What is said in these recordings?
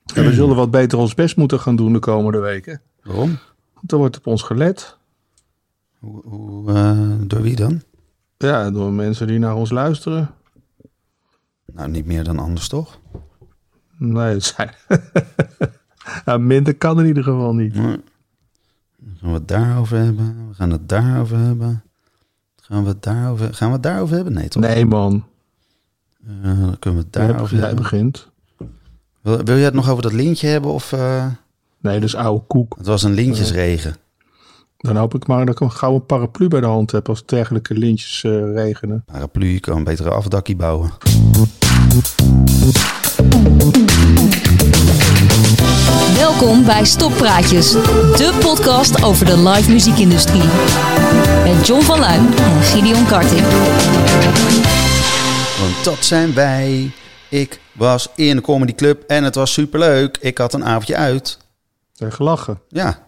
En we zullen wat beter ons best moeten gaan doen de komende weken. Waarom? Want er wordt op ons gelet. Door wie dan? Ja, door mensen die naar ons luisteren. Nou, niet meer dan anders, toch? Nee, het zijn... ja, minder kan in ieder geval niet. Nee. Gaan we het daarover hebben? We gaan het daarover hebben. Gaan we het daarover hebben? Nee, toch? Nee, man. Dan kunnen we het daarover Jij hebben. begint. Wil je het nog over dat lintje hebben? Of, Nee, dus oude koek. Het was een lintjesregen. Dan hoop ik maar dat ik gauw een paraplu bij de hand heb als dergelijke lintjes regenen. Paraplu, je kan een betere afdakkie bouwen. Welkom bij Stoppraatjes, de podcast over de live muziekindustrie. Met John van Luijn en Gideon Karting. Want dat zijn wij. Ik was in een comedyclub en het was superleuk. Ik had een avondje uit. En gelachen. Ja.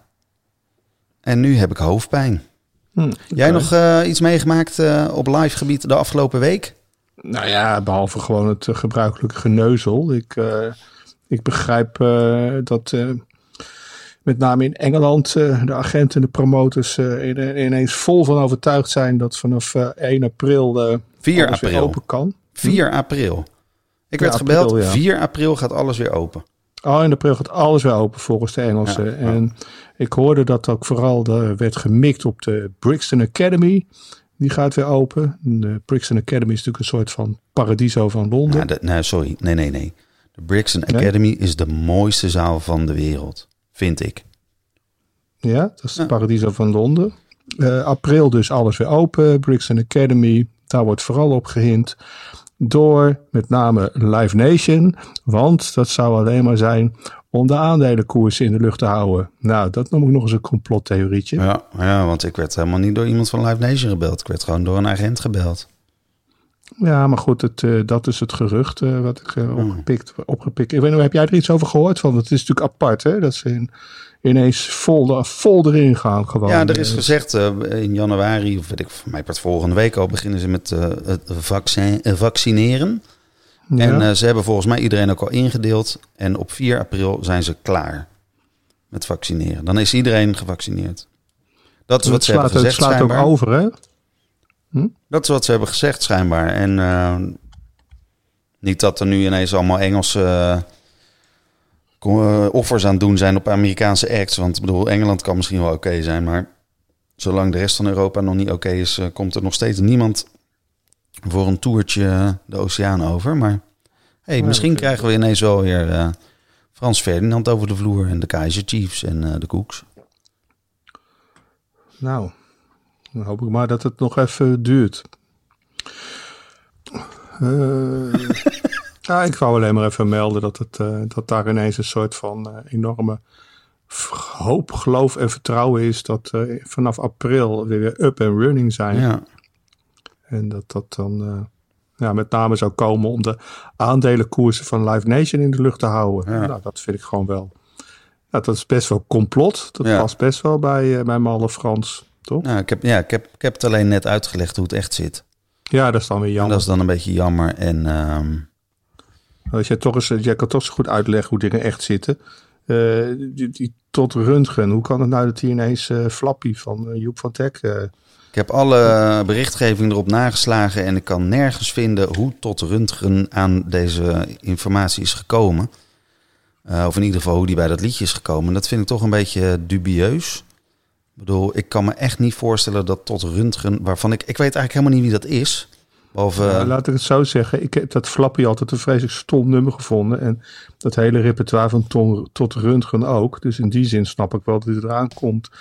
En nu heb ik hoofdpijn. Okay. Jij nog iets meegemaakt op live gebied de afgelopen week? Nou ja, behalve gewoon het gebruikelijke geneuzel. Ik begrijp dat met name in Engeland de agenten en de promotors ineens vol van overtuigd zijn dat vanaf 1 april 4 alles weer april. open kan. 4 april. Ik werd april, gebeld, ja. 4 april gaat alles weer open. Oh, in april gaat alles weer open volgens de Engelsen. Ja. En ik hoorde dat ook vooral werd gemikt op de Brixton Academy. Die gaat weer open. De Brixton Academy is natuurlijk een soort van paradiso van Londen. Nee, sorry. Nee. De Brixton Academy is de mooiste zaal van de wereld. Vind ik. Ja, dat is de paradiso van Londen. April dus alles weer open. Brixton Academy, daar wordt vooral op gehind. Door met name Live Nation. Want dat zou alleen maar zijn om de aandelenkoersen in de lucht te houden. Nou, dat noem ik nog eens een complottheorietje. Ja, want ik werd helemaal niet door iemand van Live Nation gebeld. Ik werd gewoon door een agent gebeld. Ja, maar goed, dat is het gerucht wat ik opgepikt. Ik weet niet, heb jij er iets over gehoord? Want het is natuurlijk apart, hè? Dat ze ineens vol erin gaan gewoon. Ja, er is gezegd in januari, of weet ik, voor mij part volgende week al, beginnen ze met het vaccineren. Ja. En ze hebben volgens mij iedereen ook al ingedeeld. En op 4 april zijn ze klaar met vaccineren. Dan is iedereen gevaccineerd. Dat is wat ze hebben gezegd, het slaat schijnbaar. ook over, hè? Dat is wat ze hebben gezegd, schijnbaar. En niet dat er nu ineens allemaal Engelse offers aan het doen zijn op Amerikaanse acts. Want ik bedoel, Engeland kan misschien wel oké zijn. Maar zolang de rest van Europa nog niet oké is, komt er nog steeds niemand voor een toertje de oceaan over. Maar misschien krijgen we ineens wel weer Frans Ferdinand over de vloer. En de Kaiser Chiefs en de Cooks. Nou, dan hoop ik maar dat het nog even duurt. Ik wou alleen maar even melden dat daar ineens een soort van enorme hoop, geloof en vertrouwen is dat vanaf april weer up and running zijn. Ja. En dat dan met name zou komen om de aandelenkoersen van Live Nation in de lucht te houden. Ja. Nou, dat vind ik gewoon wel. Nou, dat is best wel complot. Dat past best wel bij malle Frans. Toch? Nou, ik heb het alleen net uitgelegd hoe het echt zit. Ja, dat is dan weer jammer. En dat is dan een beetje jammer. En als jij kan toch zo goed uitleggen hoe dingen echt zitten. Die tot Röntgen. Hoe kan het nou dat hij ineens Flappy van Joep van Teck... Ik heb alle berichtgeving erop nageslagen en ik kan nergens vinden hoe tot Röntgen aan deze informatie is gekomen. Of in ieder geval hoe die bij dat liedje is gekomen. Dat vind ik toch een beetje dubieus. Ik bedoel, ik kan me echt niet voorstellen dat tot Röntgen, waarvan ik weet eigenlijk helemaal niet wie dat is. Behalve, laat ik het zo zeggen. Ik heb dat Flappy altijd een vreselijk stom nummer gevonden. En dat hele repertoire van tot Röntgen ook. Dus in die zin snap ik wel dat hij eraan komt.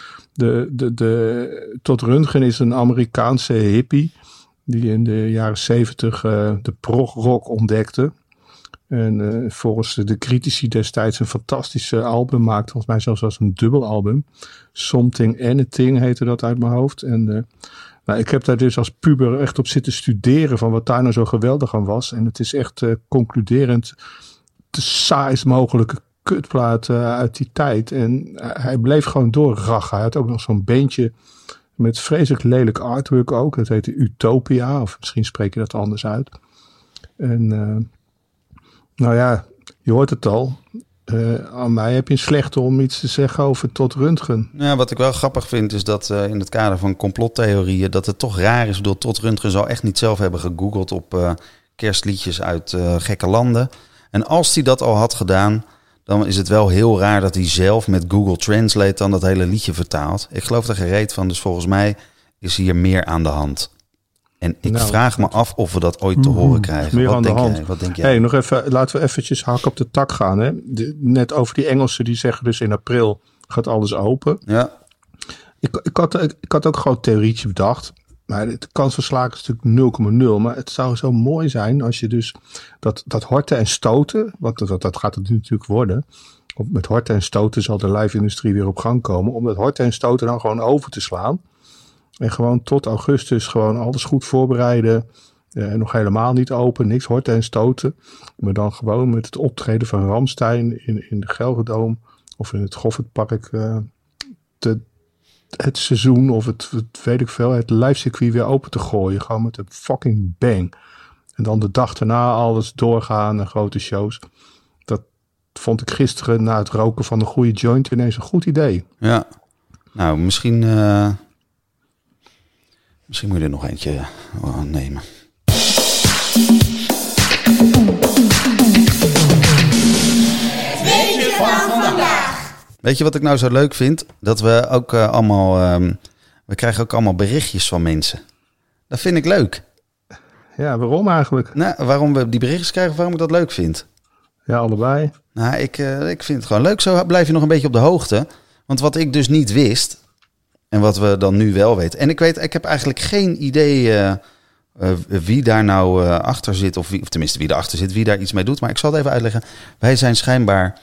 Tot Röntgen is een Amerikaanse hippie die in de jaren 70 de prog-rock ontdekte. En volgens de critici destijds een fantastische album maakte. Volgens mij zelfs als een dubbelalbum. Something Anything heette dat uit mijn hoofd. En ik heb daar dus als puber echt op zitten studeren van wat daar nou zo geweldig aan was. En het is echt concluderend de saaist mogelijke kutplaat uit die tijd. En hij bleef gewoon doorrachen. Hij had ook nog zo'n beentje met vreselijk lelijk artwork ook. Dat heette Utopia, of misschien spreek je dat anders uit. En je hoort het al. aan mij heb je een slechte om iets te zeggen over Todd Rundgren. Ja, wat ik wel grappig vind is dat in het kader van complottheorieën... dat het toch raar is. Ik bedoel, Todd Rundgren zal echt niet zelf hebben gegoogeld op kerstliedjes uit gekke landen. En als hij dat al had gedaan... dan is het wel heel raar dat hij zelf met Google Translate dan dat hele liedje vertaalt. Ik geloof er gereed van, dus volgens mij is hier meer aan de hand. En ik vraag me af of we dat ooit te horen krijgen. Meer Wat aan de denk hand. jij? Wat denk jij? Hey, nog even, laten we eventjes hak op de tak gaan. Hè? Net over die Engelsen die zeggen dus in april gaat alles open. Ja. Ik had ook gewoon een theorietje bedacht. Maar de kans van slagen is natuurlijk 0,0. Maar het zou zo mooi zijn als je dus dat horten en stoten... want dat gaat het nu natuurlijk worden... met horten en stoten zal de live-industrie weer op gang komen... om dat horten en stoten dan gewoon over te slaan... en gewoon tot augustus gewoon alles goed voorbereiden... nog helemaal niet open, niks horten en stoten... maar dan gewoon met het optreden van Rammstein in de Gelredome... of in het Goffertpark... het seizoen of het weet ik veel, het livecircuit weer open te gooien. Gewoon met een fucking bang. En dan de dag daarna alles doorgaan en grote shows. Dat vond ik gisteren na het roken van een goede joint ineens een goed idee. Ja. Nou, misschien moet je er nog eentje nemen. Weetje van vandaag. Weet je wat ik nou zo leuk vind? Dat we ook allemaal... we krijgen ook allemaal berichtjes van mensen. Dat vind ik leuk. Ja, waarom eigenlijk? Nou, waarom we die berichtjes krijgen, waarom ik dat leuk vind? Ja, allebei. Nou, ik vind het gewoon leuk. Zo blijf je nog een beetje op de hoogte. Want wat ik dus niet wist... en wat we dan nu wel weten... en ik heb eigenlijk geen idee... wie daar nou achter zit... of tenminste wie erachter zit... wie daar iets mee doet. Maar ik zal het even uitleggen. Wij zijn schijnbaar...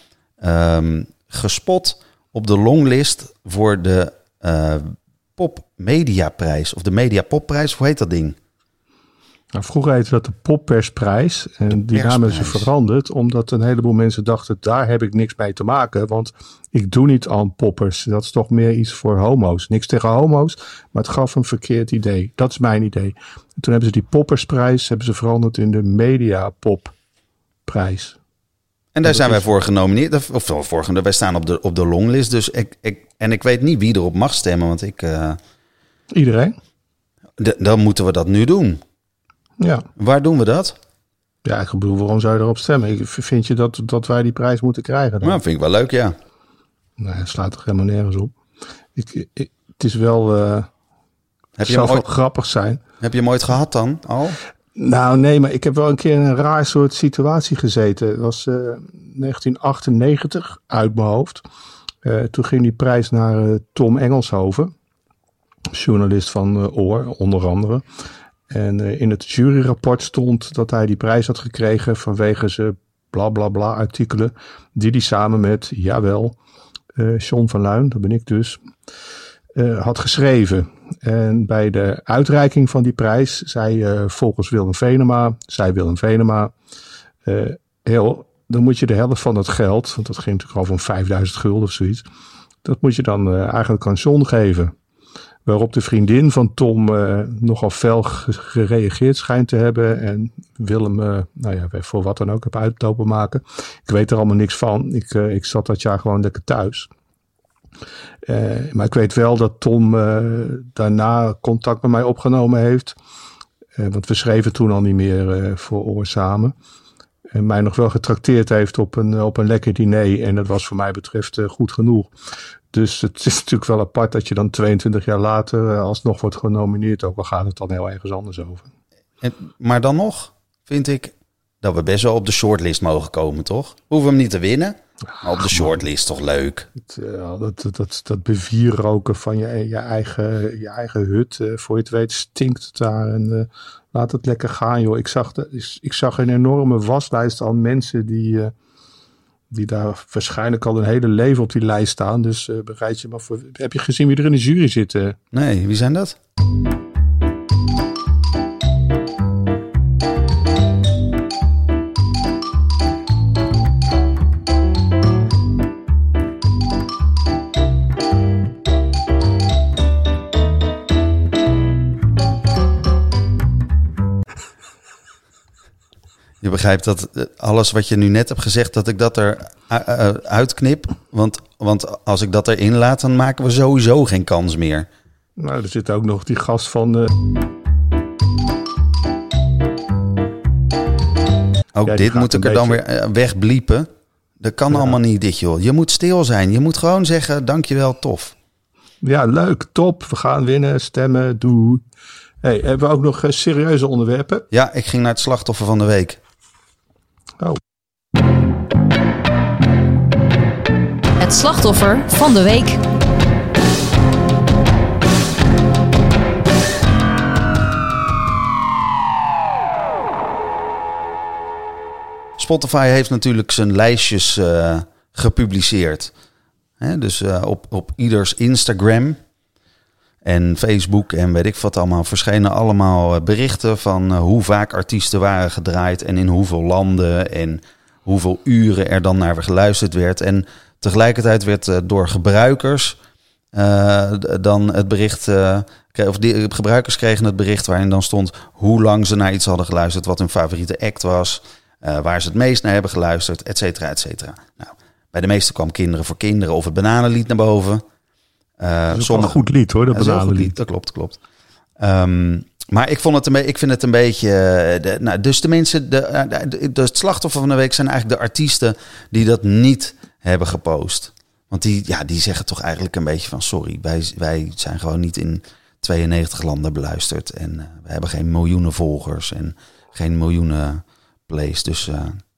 gespot op de longlist voor de Pop Mediaprijs. Of de Media Popprijs, hoe heet dat ding? Nou, vroeger heette dat de Poppersprijs. En die naam is veranderd. Omdat een heleboel mensen dachten, daar heb ik niks mee te maken. Want ik doe niet aan poppers. Dat is toch meer iets voor homo's. Niks tegen homo's, maar het gaf een verkeerd idee. Dat is mijn idee. En toen hebben ze die Poppersprijs veranderd in de Media Popprijs. En daar zijn wij voor genomineerd. Wij staan op de longlist. Dus ik weet niet wie erop mag stemmen. Want Iedereen? Dan moeten we dat nu doen. Ja. Waar doen we dat? Ja, ik bedoel, waarom zou je erop stemmen? Vind je dat wij die prijs moeten krijgen dan? Nou, vind ik wel leuk, ja. Nou, het slaat toch helemaal nergens op. Het is wel... Heb je zou hem wel grappig zijn. Heb je hem ooit gehad dan al? Nou, nee, maar ik heb wel een keer in een raar soort situatie gezeten. Het was 1998, uit mijn hoofd. Toen ging die prijs naar Tom Engelshoven. Journalist van Oor, onder andere. En in het juryrapport stond dat hij die prijs had gekregen vanwege zijn bla bla bla artikelen. Die hij samen met, jawel, John van Luijn, dat ben ik dus, had geschreven. En bij de uitreiking van die prijs zei volgens Willem Venema, dan moet je de helft van dat geld, want dat ging natuurlijk al van 5000 gulden of zoiets, dat moet je dan eigenlijk aan John geven. Waarop de vriendin van Tom nogal fel gereageerd schijnt te hebben. En Willem, voor wat dan ook, heb uitlopen maken. Ik weet er allemaal niks van. Ik zat dat jaar gewoon lekker thuis. Maar ik weet wel dat Tom daarna contact met mij opgenomen heeft. Want we schreven toen al niet meer voor Oor samen. En mij nog wel getrakteerd heeft op een lekker diner. En dat was voor mij betreft goed genoeg. Dus het is natuurlijk wel apart dat je dan 22 jaar later alsnog wordt genomineerd. Ook al gaat het dan heel ergens anders over. Maar dan nog vind ik dat we best wel op de shortlist mogen komen, toch? We hoeven hem niet te winnen, maar op de shortlist toch leuk. Dat bevierroken van je eigen hut. Voor je het weet stinkt het daar. En laat het lekker gaan, joh. Ik zag een enorme waslijst aan mensen die daar waarschijnlijk al een hele leven op die lijst staan. Dus bereid je maar voor. Heb je gezien wie er in de jury zit? Nee, wie zijn dat? begrijpt dat alles wat je nu net hebt gezegd, dat ik dat er uitknip. Want als ik dat erin laat, dan maken we sowieso geen kans meer. Nou, er zit ook nog die gast van... Ook dit moet ik er dan weer wegbliepen. Dat kan allemaal niet, dit joh. Je moet stil zijn. Je moet gewoon zeggen, dankjewel, tof. Ja, leuk, top. We gaan winnen, stemmen, doe. Hey, hebben we ook nog serieuze onderwerpen? Ja, ik ging naar het slachtoffer van de week. Oh. Het slachtoffer van de week. Spotify heeft natuurlijk zijn lijstjes gepubliceerd. Dus op ieders Instagram en Facebook en weet ik wat allemaal... verschenen allemaal berichten van hoe vaak artiesten waren gedraaid... en in hoeveel landen en hoeveel uren er dan naar geluisterd werd. En tegelijkertijd werd door gebruikers dan het bericht... of die gebruikers kregen het bericht waarin dan stond... hoe lang ze naar iets hadden geluisterd, wat hun favoriete act was... waar ze het meest naar hebben geluisterd, et cetera, et cetera. Nou, bij de meesten kwam Kinderen voor Kinderen of het Bananenlied naar boven. Dat is wel een goed lied hoor, dat Bananenlied. Dat klopt. Maar ik vind het een beetje... dus de mensen, de slachtoffer van de week zijn eigenlijk de artiesten die dat niet hebben gepost. Want die zeggen toch eigenlijk een beetje van... sorry, wij zijn gewoon niet in 92 landen beluisterd. En we hebben geen miljoenen volgers en geen miljoenen... plays. Dus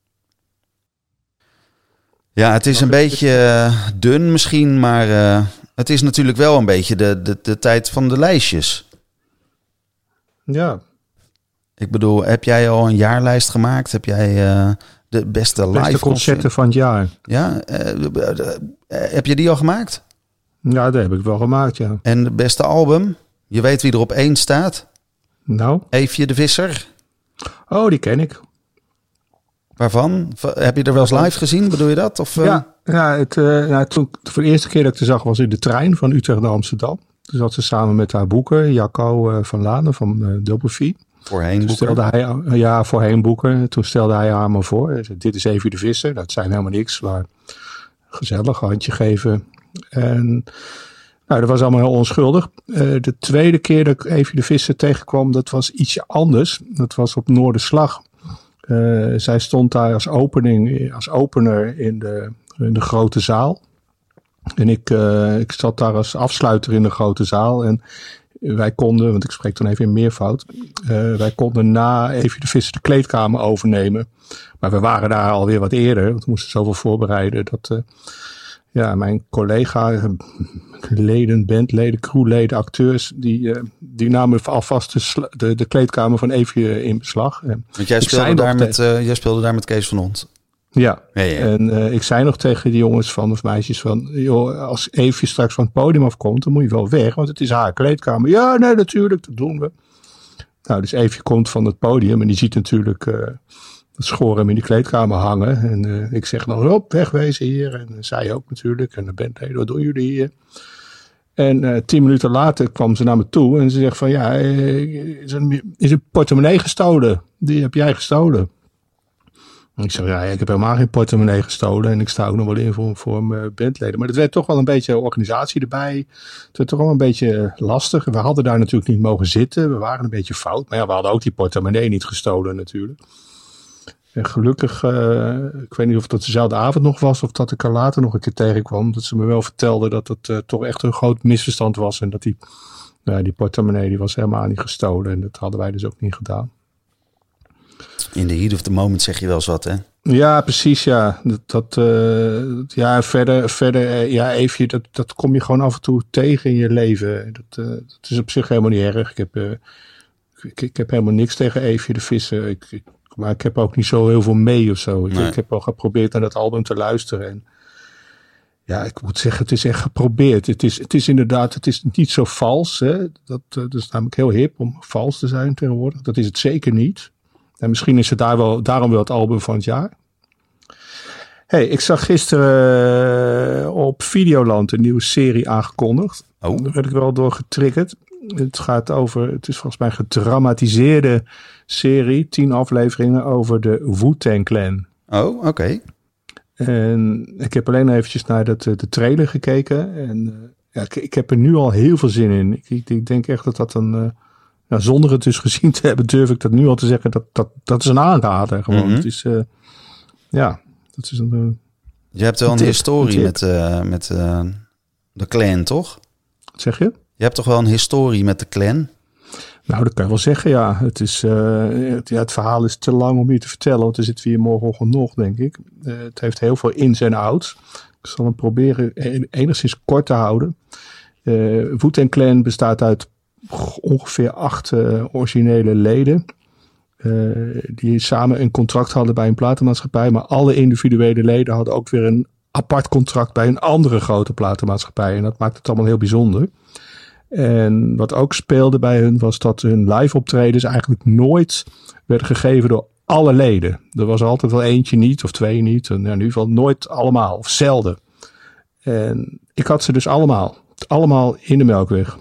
ja, het is een beetje dun misschien, maar het is natuurlijk wel een beetje de tijd van de lijstjes. Ja. Ik bedoel, heb jij al een jaarlijst gemaakt? Heb jij de beste live concerten van het jaar? Ja, heb je die al gemaakt? Ja, dat heb ik wel gemaakt, ja. En de beste album? Je weet wie er op 1 staat? Nou? Eefje de Visser? Oh, die ken ik. Waarvan? Heb je er wel eens live gezien? Bedoel je dat? Of, toen voor de eerste keer dat ik ze zag was in de trein van Utrecht naar Amsterdam. Toen zat ze samen met haar boeker, Jacco van Lanen van Double V. Voorheen boeker. Toen stelde hij haar maar voor. Hij zei, dit is Eefje de Visser. Dat zijn helemaal niks, maar gezellig, handje geven. En nou, dat was allemaal heel onschuldig. De tweede keer dat ik Eefje de Visser tegenkwam, dat was ietsje anders. Dat was op Noorderslag. Zij stond daar als opener in de grote zaal. En ik zat daar als afsluiter in de grote zaal. En wij konden, want ik spreek dan even in meervoud. Wij konden na Eefje de Visser de kleedkamer overnemen. Maar we waren daar alweer wat eerder. Want we moesten zoveel voorbereiden. Dat mijn collega, bandleden, crewleden, acteurs, die namen alvast de kleedkamer van Eefje in beslag. Want jij speelde daar met Kees van Hont. Ja. En ik zei nog tegen die jongens of meisjes van, joh, als Eefje straks van het podium afkomt, dan moet je wel weg, want het is haar kleedkamer. Ja, nee, natuurlijk, dat doen we. Nou, dus Eefje komt van het podium en die ziet natuurlijk dat schoor hem in die kleedkamer hangen. En ik zeg nog, op, wegwezen hier. En zij ook natuurlijk. En de bandleden, wat doen jullie hier? En 10 minuten later kwam ze naar me toe en ze zegt van, ja, is een portemonnee gestolen? Die heb jij gestolen. En ik zeg, ja, ik heb helemaal geen portemonnee gestolen. En ik sta ook nog wel in voor mijn bandleden. Maar het werd toch wel een beetje organisatie erbij. Het werd toch wel een beetje lastig. We hadden daar natuurlijk niet mogen zitten. We waren een beetje fout. Maar ja, we hadden ook die portemonnee niet gestolen natuurlijk. En gelukkig, ik weet niet of dat dezelfde avond nog was of dat ik er later nog een keer tegenkwam. Dat ze me wel vertelde dat het toch echt een groot misverstand was. En dat die portemonnee die was helemaal niet gestolen. En dat hadden wij dus ook niet gedaan. In the heat of the moment zeg je wel eens wat, hè? Ja, precies, ja. Verder, Eefje, dat kom je gewoon af en toe tegen in je leven. Dat is op zich helemaal niet erg. Ik heb helemaal niks tegen Eefje de Visser. Maar ik heb ook niet zo heel veel mee of zo. Ik heb al geprobeerd naar dat album te luisteren. En ja, ik moet zeggen, het is echt geprobeerd. Het is inderdaad, het is niet zo vals. Hè? Dat is namelijk heel hip om vals te zijn tegenwoordig. Dat is het zeker niet. En misschien is het daarom wel het album van het jaar. Hey, ik zag gisteren op Videoland een nieuwe serie aangekondigd. Oh. Daar werd ik wel door getriggerd. Het is volgens mij een gedramatiseerde serie. 10 afleveringen over de Wu-Tang Clan. Oh, oké. En ik heb alleen eventjes naar de trailer gekeken. En ik heb er nu al heel veel zin in. Ik denk echt dat een... zonder het dus gezien te hebben, durf ik dat nu al te zeggen. Dat is een aanrader gewoon. Mm-hmm. Het is... dat is een... Je hebt wel een historie met de clan, toch? Wat zeg je? Je hebt toch wel een historie met de clan? Nou, dat kan je wel zeggen, ja. Het verhaal is te lang om hier te vertellen, want er zitten we hier morgenochtend nog, denk ik. Het heeft heel veel ins en outs. Ik zal hem proberen enigszins kort te houden. Wu-Tang Clan bestaat uit ongeveer 8 originele leden. Die samen een contract hadden bij een platenmaatschappij. Maar alle individuele leden hadden ook weer een apart contract bij een andere grote platenmaatschappij. En dat maakt het allemaal heel bijzonder. En wat ook speelde bij hun was dat hun live optredens eigenlijk nooit werden gegeven door alle leden. Er was altijd wel eentje niet of 2 niet. En in ieder geval nooit allemaal of zelden. En ik had ze dus allemaal in de Melkweg.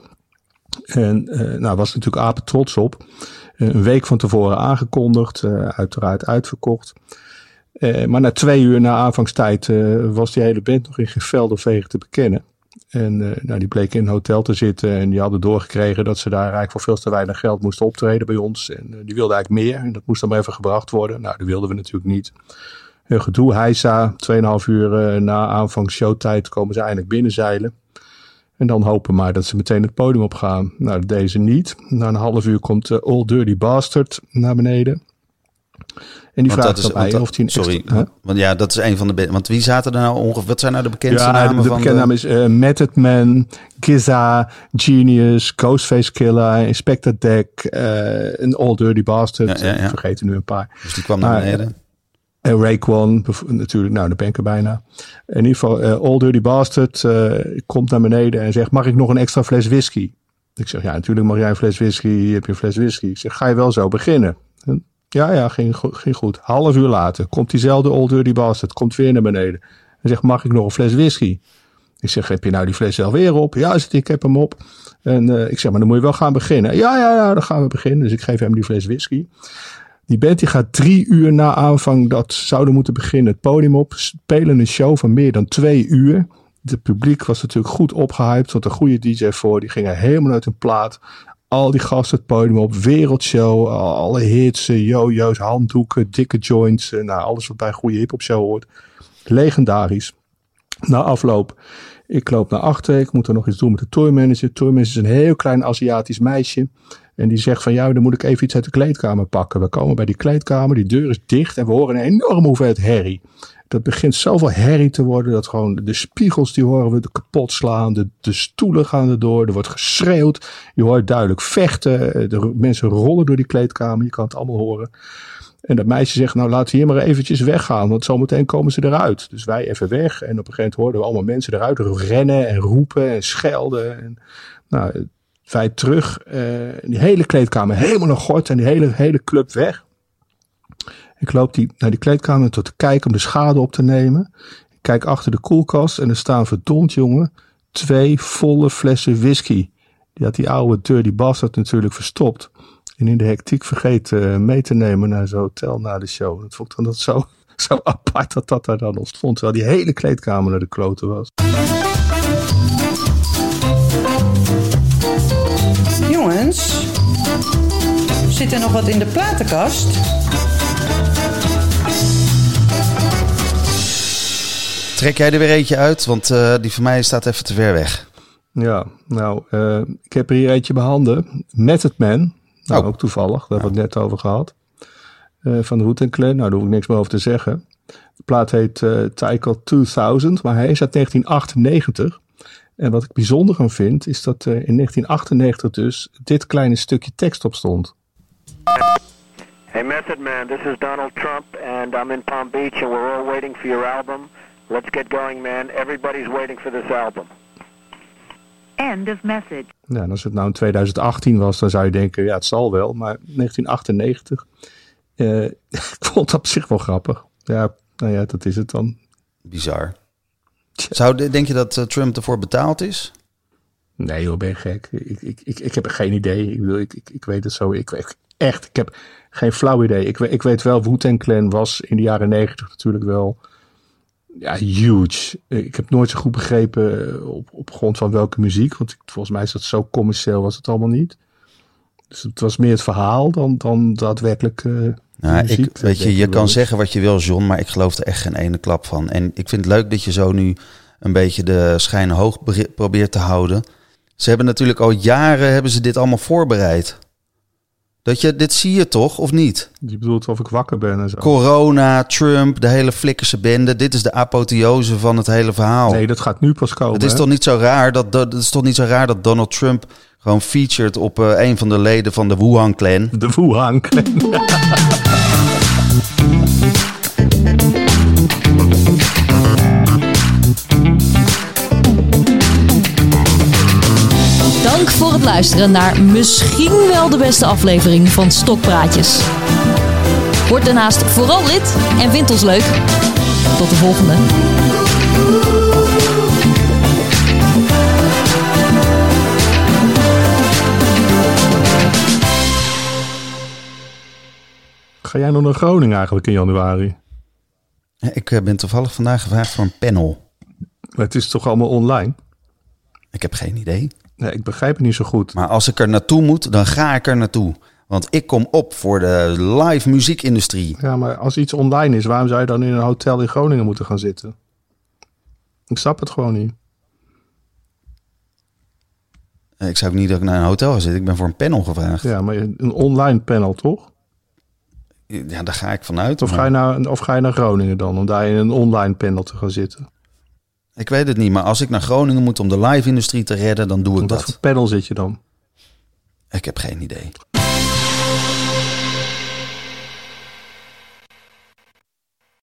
En was er natuurlijk apen trots op. Een week van tevoren aangekondigd, uiteraard uitverkocht. Maar na 2 uur na aanvangstijd was die hele band nog in geen veld of vegen te bekennen. En die bleken in een hotel te zitten en die hadden doorgekregen dat ze daar eigenlijk voor veel te weinig geld moesten optreden bij ons. En die wilden eigenlijk meer en dat moest dan maar even gebracht worden. Nou, dat wilden we natuurlijk niet. Gedoe, heisa, 2,5 uur na aanvang showtijd komen ze eindelijk binnenzeilen. En dan hopen maar dat ze meteen het podium op gaan. Nou, dat deden ze niet. Na een half uur komt Old Dirty Bastard naar beneden. En die vraagt dan mij of hij een sorry, extra... want ja, dat is een van de... Want wie zaten er nou ongeveer... Wat zijn nou de bekendste namen de van bekende naam is Method Man, Giza, Genius, Ghostface Killah, Inspector Deck, en Old Dirty Bastard. Ja. Ik vergeet er nu een paar. Dus die kwam naar beneden. En Raekwon, natuurlijk, nou, daar ben ik er bijna. In ieder geval, Old Dirty Bastard komt naar beneden en zegt, mag ik nog een extra fles whisky? Ik zeg, ja, natuurlijk mag jij een fles whisky, hier heb je een fles whisky. Ik zeg, ga je wel zo beginnen? Ja, ging goed. Half uur later komt diezelfde Old Dirty Bastard, komt weer naar beneden. En zegt, mag ik nog een fles whisky? Ik zeg, heb je nou die fles zelf weer op? Ja, ik heb hem op. En ik zeg, maar dan moet je wel gaan beginnen. Ja, dan gaan we beginnen. Dus ik geef hem die fles whisky. Die band die gaat 3 uur na aanvang dat zouden moeten beginnen het podium op. Spelen een show van meer dan 2 uur. Het publiek was natuurlijk goed opgehyped. Want een goede DJ voor. Die gingen helemaal uit een plaat. Al die gasten het podium op. Wereldshow. Alle hits. Jojo's, handdoeken, dikke joints. Alles wat bij een goede hiphop show hoort. Legendarisch. Na afloop. Ik loop naar achter. Ik moet er nog iets doen met de tourmanager. De tourmanager is een heel klein Aziatisch meisje. En die zegt van, ja, dan moet ik even iets uit de kleedkamer pakken. We komen bij die kleedkamer, die deur is dicht en we horen een enorme hoeveelheid herrie. Dat begint zoveel herrie te worden dat gewoon de spiegels die horen we kapot slaan. De stoelen gaan erdoor, er wordt geschreeuwd. Je hoort duidelijk vechten, de mensen rollen door die kleedkamer, je kan het allemaal horen. En dat meisje zegt, nou laten we hier maar eventjes weggaan, want zometeen komen ze eruit. Dus wij even weg en op een gegeven moment hoorden we allemaal mensen eruit rennen en roepen en schelden. En, nou, wij terug, die hele kleedkamer helemaal nog gort en die hele club weg. Ik loop naar die kleedkamer tot te kijken om de schade op te nemen. Ik kijk achter de koelkast en er staan verdomd jongen 2 volle flessen whisky. Die had die oude Dirty Bastard natuurlijk verstopt. En in de hectiek vergeten mee te nemen naar zo'n hotel na de show. Dat vond ik dan zo apart dat daar dan ontstond. Terwijl die hele kleedkamer naar de kloten was. Jongens, zit er nog wat in de platenkast? Trek jij er weer eentje uit? Want die van mij staat even te ver weg. Ja, nou, ik heb er hier eentje behanden. Method Man. Nou, ook toevallig. Daar hebben we het net over gehad. Van de Wu-Tang Clan. Nou, daar hoef ik niks meer over te zeggen. De plaat heet Title 2000. Maar hij is uit 1998. En wat ik bijzonder aan vind, is dat in 1998 dus dit kleine stukje tekst op stond. Hey Method Man, this is Donald Trump and I'm in Palm Beach and we're all waiting for your album. Let's get going, man. Everybody's waiting for this album. End of message. Nou, en als het nou in 2018 was, dan zou je denken, ja, het zal wel. Maar 1998, ik vond het op zich wel grappig. Ja, nou ja, dat is het dan. Bizar. Denk je dat Trump ervoor betaald is? Nee joh, ben je gek. Ik heb geen idee. Ik bedoel, ik weet het zo. Ik heb geen flauw idee. Ik weet wel, Wu-Tang Clan was in de jaren 90 natuurlijk wel huge. Ik heb nooit zo goed begrepen op grond van welke muziek. Want volgens mij is dat zo commercieel was het allemaal niet. Dus het was meer het verhaal dan daadwerkelijk muziek. Je kan zeggen wat je wil, John, maar ik geloof er echt geen ene klap van. En ik vind het leuk dat je zo nu een beetje de schijn hoog probeert te houden. Ze hebben natuurlijk al jaren dit allemaal voorbereid. Dit zie je toch, of niet? Je bedoelt of ik wakker ben en zo. Corona, Trump, de hele flikkerse bende. Dit is de apotheose van het hele verhaal. Nee, dat gaat nu pas komen. Het is toch niet zo raar dat Donald Trump gewoon featured op een van de leden van de Wu-Tang Clan. De Wu-Tang Clan. Dank voor het luisteren naar misschien wel de beste aflevering van Stokpraatjes. Word daarnaast vooral lid en vind ons leuk. Tot de volgende. Ga jij nog naar Groningen eigenlijk in januari? Ik ben toevallig vandaag gevraagd voor een panel. Maar het is toch allemaal online? Ik heb geen idee. Nee, ik begrijp het niet zo goed. Maar als ik er naartoe moet, dan ga ik er naartoe. Want ik kom op voor de live muziekindustrie. Ja, maar als iets online is, waarom zou je dan in een hotel in Groningen moeten gaan zitten? Ik snap het gewoon niet. Ik zou ook niet dat ik naar een hotel ga zitten. Ik ben voor een panel gevraagd. Ja, maar een online panel, toch? Ja, daar ga ik vanuit. Of ga je naar Groningen dan, om daar in een online panel te gaan zitten? Ik weet het niet, maar als ik naar Groningen moet om de live-industrie te redden, dan doe ik dat. Wat voor panel zit je dan? Ik heb geen idee.